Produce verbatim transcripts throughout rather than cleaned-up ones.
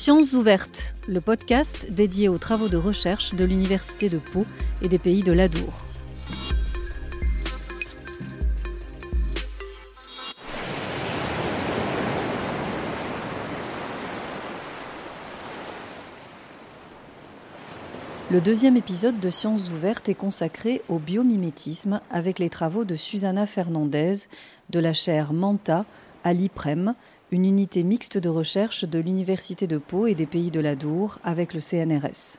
Sciences ouvertes, le podcast dédié aux travaux de recherche de l'Université de Pau et des Pays de l'Adour. Le deuxième épisode de Sciences ouvertes est consacré au biomimétisme avec les travaux de Susana Fernandez de la chaire Manta à l'I P R E M, une unité mixte de recherche de l'Université de Pau et des Pays de l'Adour avec le C N R S.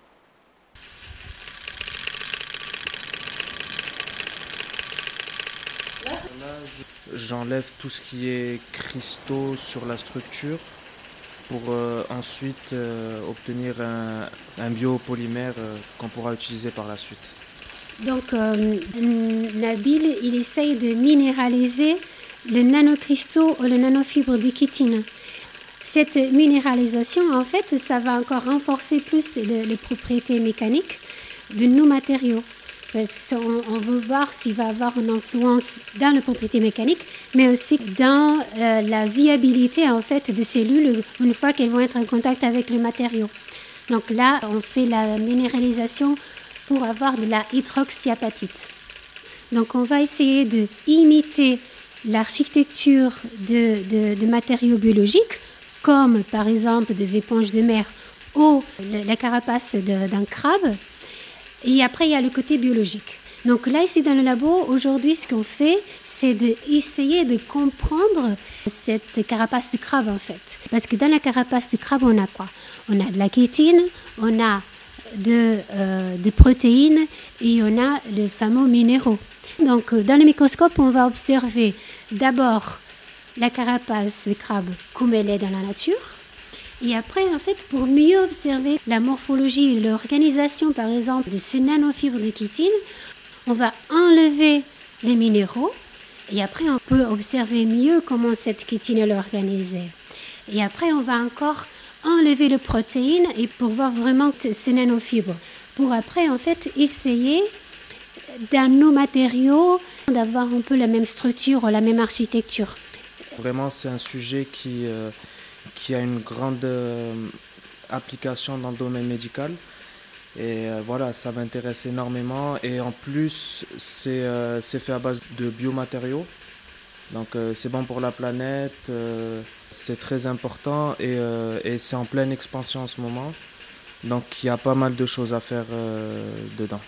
Là, j'enlève tout ce qui est cristaux sur la structure pour euh, ensuite euh, obtenir un, un biopolymère euh, qu'on pourra utiliser par la suite. Donc euh, Nabil, il essaye de minéraliser le nanocristaux ou le nanofibre de chitine. Cette minéralisation, en fait, ça va encore renforcer plus le, les propriétés mécaniques de nos matériaux. Parce qu'on on veut voir s'il va avoir une influence dans les propriétés mécaniques, mais aussi dans euh, la viabilité en fait de cellules une fois qu'elles vont être en contact avec le matériau. Donc là, on fait la minéralisation pour avoir de la hydroxyapatite. Donc on va essayer d'imiter l'architecture de, de, de matériaux biologiques, comme par exemple des éponges de mer ou la carapace de, d'un crabe. Et après, il y a le côté biologique. Donc là, ici dans le labo, aujourd'hui, ce qu'on fait, c'est d'essayer de comprendre cette carapace de crabe, en fait. Parce que dans la carapace de crabe, on a quoi ? On a de la chitine, on a de, euh, de protéines et on a les fameux minéraux. Donc, dans le microscope, on va observer d'abord la carapace de crabe comme elle est dans la nature. Et après, en fait, pour mieux observer la morphologie et l'organisation, par exemple, de ces nanofibres de chitine, on va enlever les minéraux et après, on peut observer mieux comment cette chitine est organisée. Et après, on va encore enlever les protéines et pour voir vraiment ces nanofibres. Pour après, en fait, essayer dans nos matériaux d'avoir un peu la même structure ou la même architecture. Vraiment, c'est un sujet qui... Euh... qui a une grande euh, application dans le domaine médical. Et euh, voilà, ça m'intéresse énormément. Et en plus, c'est, euh, c'est fait à base de biomatériaux. Donc euh, c'est bon pour la planète, euh, c'est très important et, euh, et c'est en pleine expansion en ce moment. Donc il y a pas mal de choses à faire euh, dedans.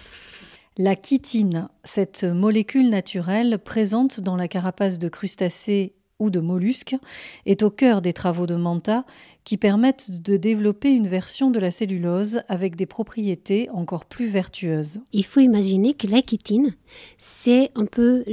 La chitine, cette molécule naturelle présente dans la carapace de crustacés ou de mollusques, est au cœur des travaux de Manta qui permettent de développer une version de la cellulose avec des propriétés encore plus vertueuses. Il faut imaginer que la chitine, c'est un peu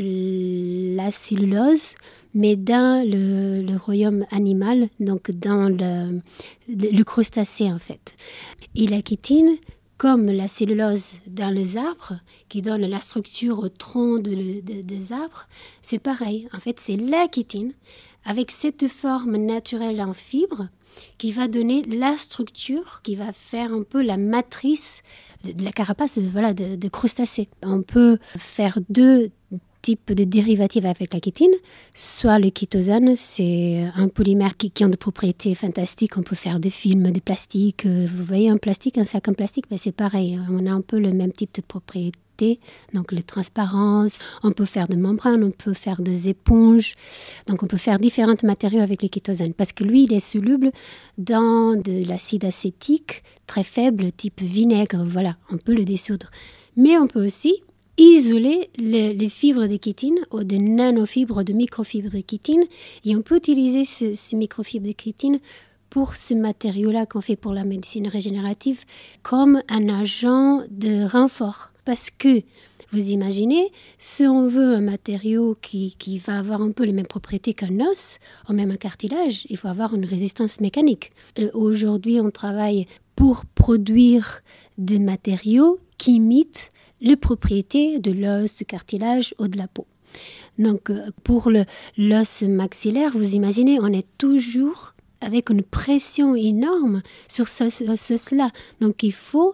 la cellulose, mais dans le, le royaume animal, donc dans le, le crustacé en fait. Et la chitine, comme la cellulose dans les arbres, qui donne la structure au tronc de, de, des arbres, c'est pareil. En fait, c'est la chitine, avec cette forme naturelle en fibre, qui va donner la structure, qui va faire un peu la matrice de la carapace voilà, de, de crustacés. On peut faire deux types de dérivatives avec la chitine, soit le chitosane, c'est un polymère qui, qui a des propriétés fantastiques, on peut faire des films, des plastiques, vous voyez un plastique, un sac en plastique, ben c'est pareil, on a un peu le même type de propriétés, donc la transparence, on peut faire des membranes, on peut faire des éponges, donc on peut faire différents matériaux avec le chitosane, parce que lui il est soluble dans de l'acide acétique très faible, type vinaigre, voilà, on peut le dissoudre, mais on peut aussi isoler les, les fibres de chitine ou de nanofibres, de microfibres de chitine. Et on peut utiliser ce, ces microfibres de chitine pour ces matériaux-là qu'on fait pour la médecine régénérative comme un agent de renfort. Parce que, vous imaginez, si on veut un matériau qui, qui va avoir un peu les mêmes propriétés qu'un os, ou même un cartilage, il faut avoir une résistance mécanique. Aujourd'hui, on travaille pour produire des matériaux qui imitent les propriétés de l'os, du cartilage ou de la peau. Donc, pour le, l'os maxillaire, vous imaginez, on est toujours avec une pression énorme sur ce, ce, cela. Donc, il faut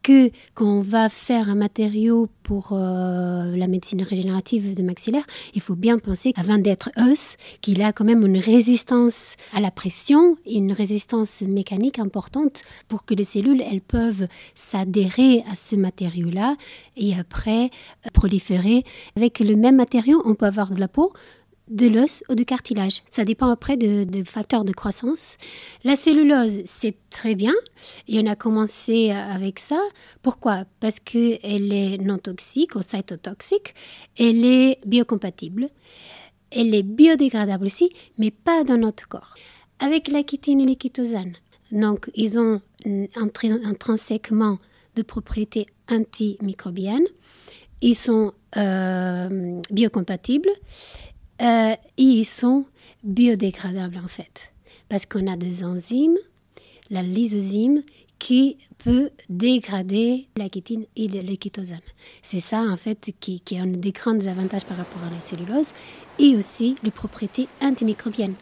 que quand on va faire un matériau pour euh, la médecine régénérative de maxillaire, il faut bien penser avant d'être os, qu'il a quand même une résistance à la pression et une résistance mécanique importante pour que les cellules, elles peuvent s'adhérer à ce matériau-là et après euh, proliférer. Avec le même matériau, on peut avoir de la peau, de l'os ou du cartilage. Ça dépend après de, de facteurs de croissance. La cellulose, c'est très bien et on a commencé avec ça. Pourquoi ? Parce qu'elle est non toxique ou cytotoxique, elle est biocompatible, elle est biodégradable aussi, mais pas dans notre corps. Avec la chitine et les chitosanes, donc ils ont intrinsèquement de propriétés antimicrobiennes, ils sont euh, biocompatibles. Euh, et ils sont biodégradables en fait, parce qu'on a des enzymes, la lysozyme, qui peut dégrader la chitine et les chitosanes. C'est ça en fait qui, qui est un des grands avantages par rapport à la cellulose, et aussi les propriétés antimicrobiennes.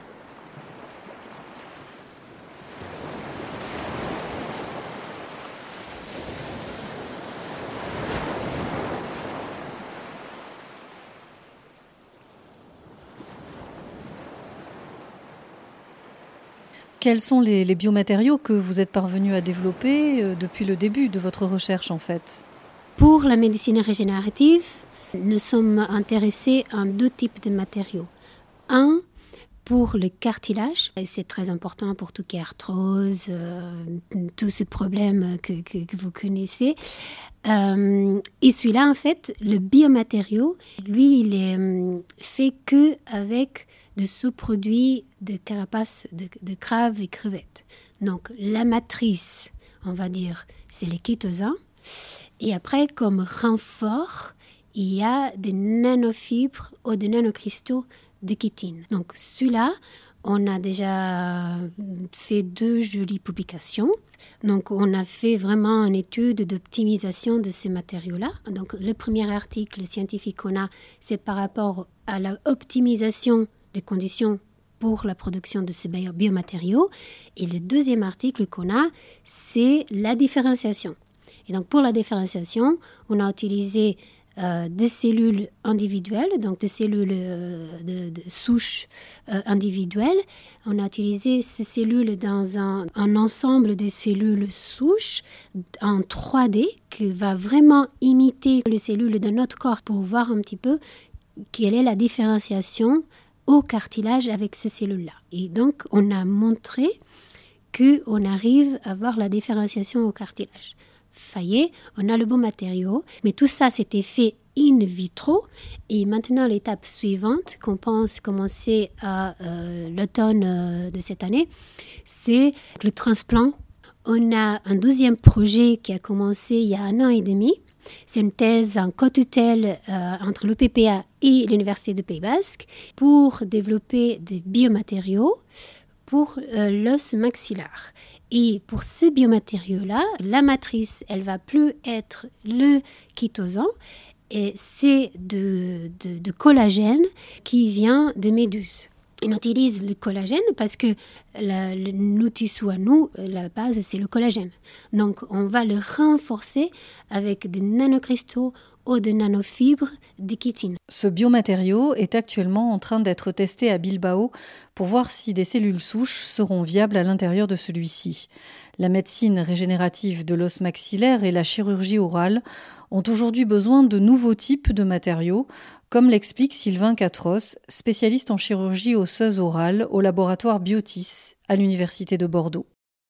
Quels sont les, les biomatériaux que vous êtes parvenu à développer euh, depuis le début de votre recherche en fait ? Pour la médecine régénérative, nous sommes intéressés à deux types de matériaux. Un, pour le cartilage, et c'est très important pour tout ce qui est arthrose, euh, tous ces problèmes que, que, que vous connaissez. Euh, et celui-là, en fait, le biomatériau, lui, il est euh, fait qu'avec de sous-produits de carapaces de, de crabes et crevettes. Donc, la matrice, on va dire, c'est les chitosanes. Et après, comme renfort, il y a des nanofibres ou des nanocristaux de chitine. Donc, celui-là, on a déjà fait deux jolies publications. Donc, on a fait vraiment une étude d'optimisation de ces matériaux-là. Donc, le premier article scientifique qu'on a, c'est par rapport à l'optimisation des conditions pour la production de ces biomatériaux. Et le deuxième article qu'on a, c'est la différenciation. Et donc, pour la différenciation, on a utilisé euh, des cellules individuelles, donc des cellules euh, de, de souches euh, individuelles. On a utilisé ces cellules dans un, un ensemble de cellules souches en trois D qui va vraiment imiter les cellules de notre corps pour voir un petit peu quelle est la différenciation au cartilage avec ces cellules-là. Et donc, on a montré qu'on arrive à voir la différenciation au cartilage. Ça y est, on a le bon matériau, mais tout ça, c'était fait in vitro. Et maintenant, l'étape suivante, qu'on pense commencer à euh, l'automne euh, de cette année, c'est le transplant. On a un deuxième projet qui a commencé il y a un an et demi. C'est une thèse en co-tutelle euh, entre l'E P P A et l'Université de Pays Basque pour développer des biomatériaux pour euh, l'os maxillaire. Et pour ces biomatériaux-là, la matrice, elle va plus être le chitosan, et c'est de, de, de collagène qui vient de méduses. On utilise le collagène parce que la, le, nos tissus à nous, la base, c'est le collagène. Donc, on va le renforcer avec des nanocristaux ou des nanofibres de chitine. Ce biomatériau est actuellement en train d'être testé à Bilbao pour voir si des cellules souches seront viables à l'intérieur de celui-ci. La médecine régénérative de l'os maxillaire et la chirurgie orale ont aujourd'hui besoin de nouveaux types de matériaux, comme l'explique Sylvain Catros, spécialiste en chirurgie osseuse orale au laboratoire Biotis à l'Université de Bordeaux.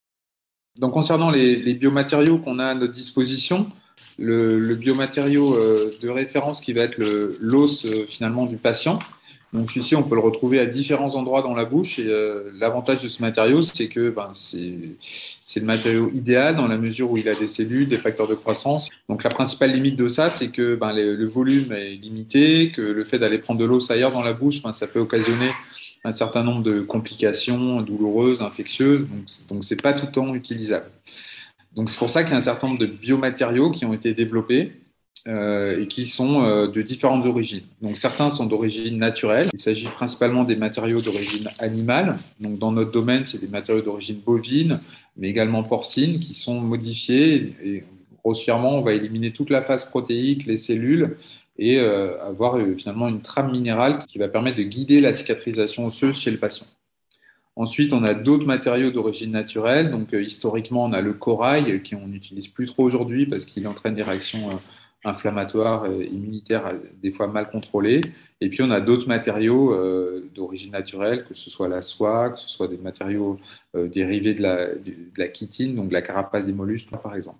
Donc, concernant les, les biomatériaux qu'on a à notre disposition, le, le biomatériau euh, de référence qui va être le, l'os euh, finalement du patient. Donc, celui-ci, on peut le retrouver à différents endroits dans la bouche. Et euh, l'avantage de ce matériau, c'est que ben, c'est, c'est le matériau idéal dans la mesure où il a des cellules, des facteurs de croissance. Donc, la principale limite de ça, c'est que ben, le, le volume est limité, que le fait d'aller prendre de l'os ailleurs dans la bouche, ben, ça peut occasionner un certain nombre de complications douloureuses, infectieuses. Donc, donc c'est pas tout le temps utilisable. Donc, c'est pour ça qu'il y a un certain nombre de biomatériaux qui ont été développés euh, et qui sont euh, de différentes origines. Donc, certains sont d'origine naturelle. Il s'agit principalement des matériaux d'origine animale. Donc, dans notre domaine, c'est des matériaux d'origine bovine, mais également porcine, qui sont modifiés et grossièrement, on va éliminer toute la phase protéique, les cellules, et euh, avoir euh, finalement une trame minérale qui va permettre de guider la cicatrisation osseuse chez le patient. Ensuite, on a d'autres matériaux d'origine naturelle. Donc, euh, historiquement, on a le corail, qui on n'utilise plus trop aujourd'hui parce qu'il entraîne des réactions euh, inflammatoires et immunitaires, euh, des fois mal contrôlées. Et puis, on a d'autres matériaux euh, d'origine naturelle, que ce soit la soie, que ce soit des matériaux euh, dérivés de la, de la chitine, donc de la carapace des mollusques, par exemple.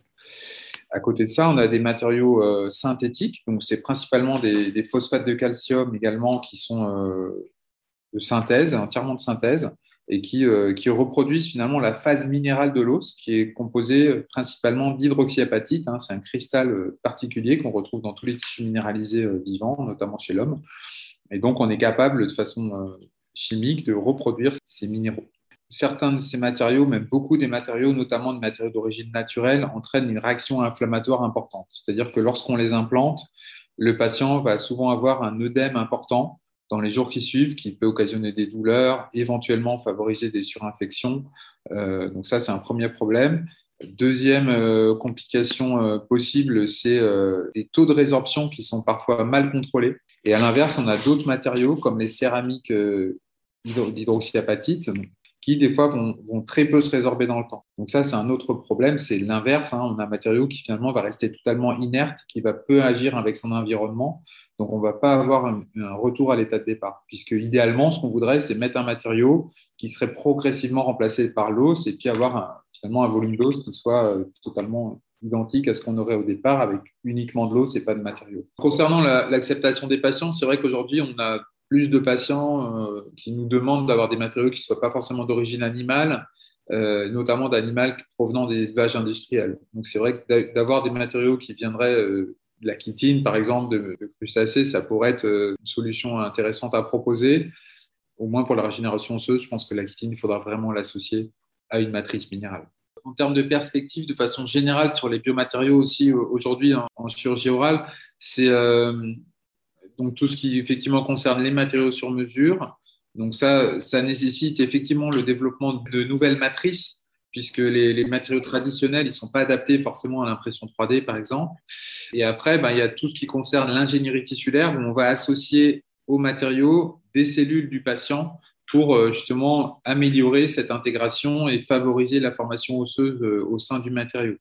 À côté de ça, on a des matériaux euh, synthétiques. Donc, c'est principalement des, des phosphates de calcium également qui sont euh, de synthèse, entièrement de synthèse, et qui, euh, qui reproduisent finalement la phase minérale de l'os, qui est composée principalement d'hydroxyapatite. Hein, c'est un cristal particulier qu'on retrouve dans tous les tissus minéralisés euh, vivants, notamment chez l'homme. Et donc, on est capable de façon euh, chimique de reproduire ces minéraux. Certains de ces matériaux, même beaucoup des matériaux, notamment des matériaux d'origine naturelle, entraînent une réaction inflammatoire importante. C'est-à-dire que lorsqu'on les implante, le patient va souvent avoir un œdème important dans les jours qui suivent, qui peut occasionner des douleurs, éventuellement favoriser des surinfections. Euh, donc ça, c'est un premier problème. Deuxième euh, complication euh, possible, c'est euh, les taux de résorption qui sont parfois mal contrôlés. Et à l'inverse, on a d'autres matériaux comme les céramiques euh, d'hydroxyapatite qui, des fois, vont, vont très peu se résorber dans le temps. Donc ça, c'est un autre problème, c'est l'inverse. Hein. On a un matériau qui, finalement, va rester totalement inerte, qui va peu agir avec son environnement. Donc, on ne va pas avoir un, un retour à l'état de départ, puisque idéalement, ce qu'on voudrait, c'est mettre un matériau qui serait progressivement remplacé par l'os et puis avoir un, finalement un volume d'os qui soit euh, totalement identique à ce qu'on aurait au départ avec uniquement de l'os et pas de matériaux. Concernant la, l'acceptation des patients, c'est vrai qu'aujourd'hui, on a plus de patients euh, qui nous demandent d'avoir des matériaux qui ne soient pas forcément d'origine animale, euh, notamment d'animaux provenant des élevages industriels. Donc, c'est vrai que d'avoir des matériaux qui viendraient euh, de la chitine, par exemple, de, de crustacés, ça pourrait être une solution intéressante à proposer. Au moins pour la régénération osseuse, je pense que la chitine, il faudra vraiment l'associer à une matrice minérale. En termes de perspective, de façon générale, sur les biomatériaux aussi, aujourd'hui, en, en chirurgie orale, c'est euh, donc tout ce qui effectivement concerne les matériaux sur mesure. Donc ça, ça nécessite effectivement le développement de nouvelles matrices, puisque les, les matériaux traditionnels, ils ne sont pas adaptés forcément à l'impression trois D, par exemple. Et après, ben, il y a tout ce qui concerne l'ingénierie tissulaire, où on va associer aux matériaux des cellules du patient pour justement améliorer cette intégration et favoriser la formation osseuse au sein du matériau.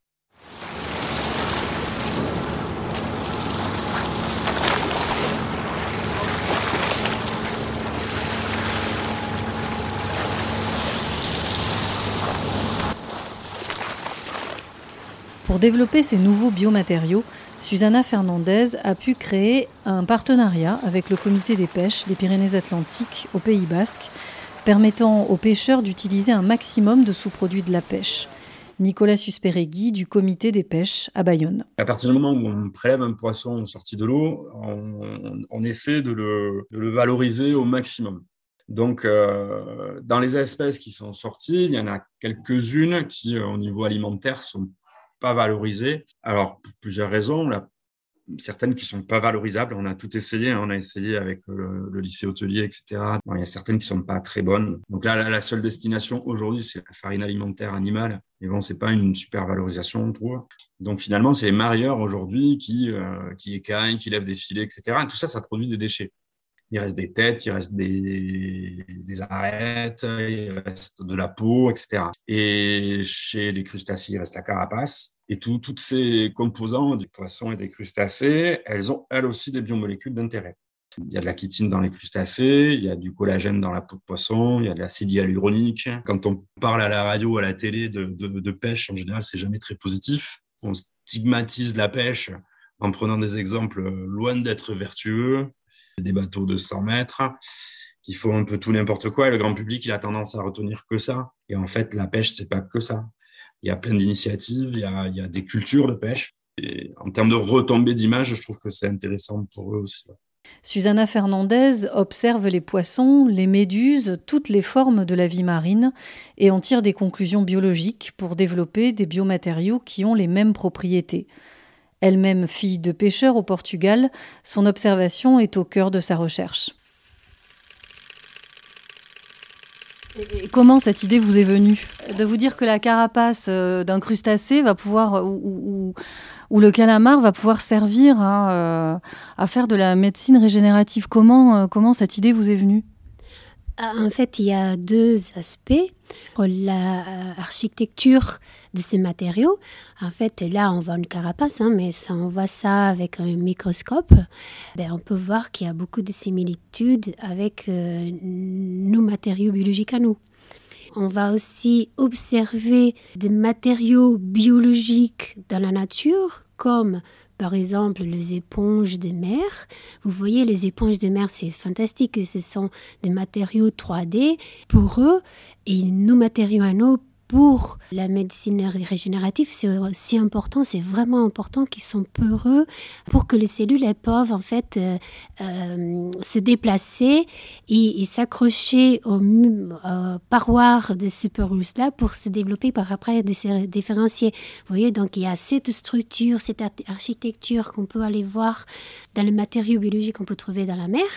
Pour développer ces nouveaux biomatériaux, Susana Fernandez a pu créer un partenariat avec le comité des pêches des Pyrénées-Atlantiques au Pays Basque, permettant aux pêcheurs d'utiliser un maximum de sous-produits de la pêche. Nicolas Susperegui du comité des pêches à Bayonne. À partir du moment où on prélève un poisson sorti de l'eau, on, on essaie de le, de le valoriser au maximum. Donc, euh, dans les espèces qui sont sorties, il y en a quelques-unes qui, au niveau alimentaire, sont pas valorisées. Alors, pour plusieurs raisons. La, certaines qui sont pas valorisables. On a tout essayé. On a essayé avec le, le lycée hôtelier, et cetera. Bon, il y a certaines qui sont pas très bonnes. Donc là, la, la seule destination aujourd'hui, c'est la farine alimentaire animale. Mais bon, c'est pas une super valorisation, on trouve. Donc finalement, c'est les marieurs aujourd'hui qui, euh, qui écaillent, qui lèvent des filets, et cetera. Et tout ça, ça produit des déchets. Il reste des têtes, il reste des, des arêtes, il reste de la peau, et cetera. Et chez les crustacés, il reste la carapace. Et tout, toutes ces composants du poisson et des crustacés, elles ont elles aussi des biomolécules d'intérêt. Il y a de la chitine dans les crustacés, il y a du collagène dans la peau de poisson, il y a de l'acide hyaluronique. Quand on parle à la radio, à la télé de, de, de pêche, en général, c'est jamais très positif. On stigmatise la pêche en prenant des exemples loin d'être vertueux. Des bateaux de cent mètres qui font un peu tout n'importe quoi et le grand public il a tendance à retenir que ça. Et en fait, la pêche, c'est pas que ça. Il y a plein d'initiatives, il y a, il y a des cultures de pêche. Et en termes de retombées d'image, je trouve que c'est intéressant pour eux aussi. Susana Fernandez observe les poissons, les méduses, toutes les formes de la vie marine et en tire des conclusions biologiques pour développer des biomatériaux qui ont les mêmes propriétés. Elle-même fille de pêcheur au Portugal, son observation est au cœur de sa recherche. Et comment cette idée vous est venue ? De vous dire que la carapace d'un crustacé va pouvoir, ou, ou, ou le calamar va pouvoir servir à, à faire de la médecine régénérative. Comment, comment cette idée vous est venue ? En fait, il y a deux aspects. L'architecture de ces matériaux, en fait, là, on voit une carapace, hein, mais ça, on voit ça avec un microscope. Ben, on peut voir qu'il y a beaucoup de similitudes avec euh, nos matériaux biologiques à nous. On va aussi observer des matériaux biologiques dans la nature, comme par exemple les éponges de mer. Vous voyez, les éponges de mer, c'est fantastique. Ce sont des matériaux trois D pour eux. Et nos matériaux à nous, pour la médecine régénérative, c'est aussi important, c'est vraiment important qu'ils sont peureux pour que les cellules elles peuvent en fait euh, euh, se déplacer et, et s'accrocher aux euh, parois de ce perouse-là pour se développer par après de se différencier. Vous voyez, donc il y a cette structure, cette architecture qu'on peut aller voir dans les matériaux biologiques qu'on peut trouver dans la mer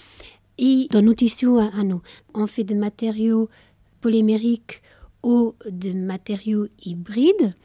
et dans nos tissus à, à nous. On fait des matériaux polymériques ou de matériaux hybrides,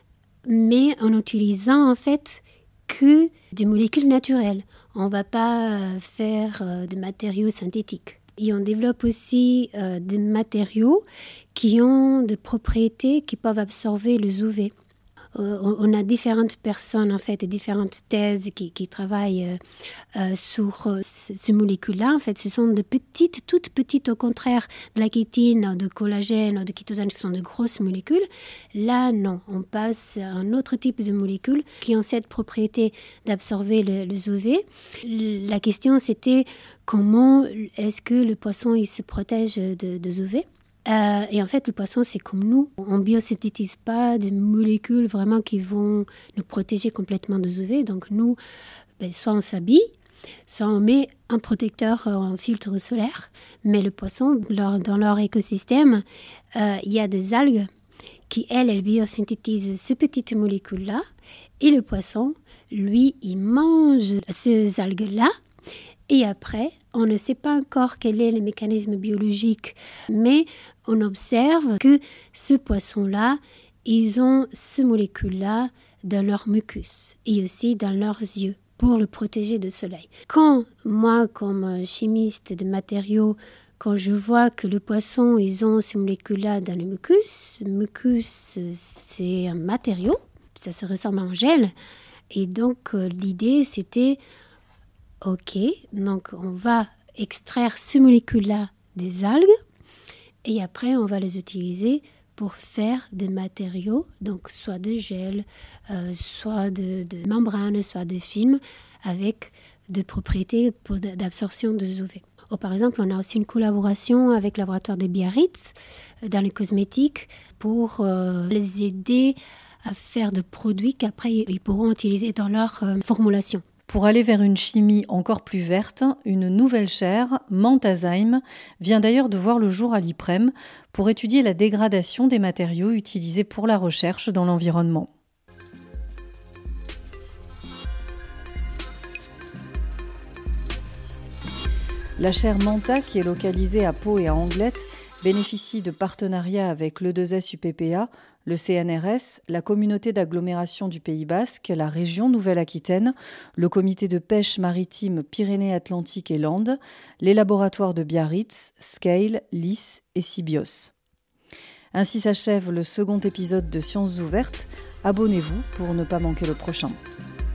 mais en utilisant en fait que des molécules naturelles. On ne va pas faire euh, de matériaux synthétiques. Et on développe aussi euh, des matériaux qui ont des propriétés qui peuvent absorber les U V. Euh, on a différentes personnes, en fait, différentes thèses qui, qui travaillent euh, euh, sur euh, ces molécules-là. En fait, ce sont de petites, toutes petites, au contraire de la kétine, de collagène, de kétosane, ce sont de grosses molécules. Là, non, on passe à un autre type de molécules qui ont cette propriété d'absorber le, le U V. La question, c'était comment est-ce que le poisson il se protège de, de U V ? Euh, et en fait, le poisson, c'est comme nous. On ne biosynthétise pas des molécules vraiment qui vont nous protéger complètement des U V. Donc nous, ben, soit on s'habille, soit on met un protecteur, un filtre solaire. Mais le poisson, leur, dans leur écosystème, euh, il y a des algues qui, elles, elles biosynthétisent ces petites molécules-là. Et le poisson, lui, il mange ces algues-là. Et après, on ne sait pas encore quel est le mécanisme biologique, mais on observe que ce poisson-là, ils ont ces molécules-là dans leur mucus et aussi dans leurs yeux pour le protéger du soleil. Quand moi, comme chimiste de matériaux, quand je vois que le poisson, ils ont ces molécules-là dans le mucus, le mucus, c'est un matériau, ça se ressemble à un gel. Et donc, l'idée, c'était... Ok, donc on va extraire ces molécules-là des algues et après on va les utiliser pour faire des matériaux, donc soit de gel, euh, soit de, de membrane, soit de film avec des propriétés pour d'absorption de U V. Ou par exemple, on a aussi une collaboration avec le laboratoire de Biarritz dans les cosmétiques pour euh, les aider à faire des produits qu'après ils pourront utiliser dans leur euh, formulation. Pour aller vers une chimie encore plus verte, une nouvelle chaire, Mantazyme, vient d'ailleurs de voir le jour à l'I P R E M pour étudier la dégradation des matériaux utilisés pour la recherche dans l'environnement. La chaire Manta, qui est localisée à Pau et à Anglette, bénéficie de partenariats avec l'E deux S U P P A, le C N R S, la communauté d'agglomération du Pays Basque, la région Nouvelle-Aquitaine, le comité de pêche maritime Pyrénées-Atlantiques et Landes, les laboratoires de Biarritz, Scale, Lys et Sybios. Ainsi s'achève le second épisode de Sciences ouvertes. Abonnez-vous pour ne pas manquer le prochain.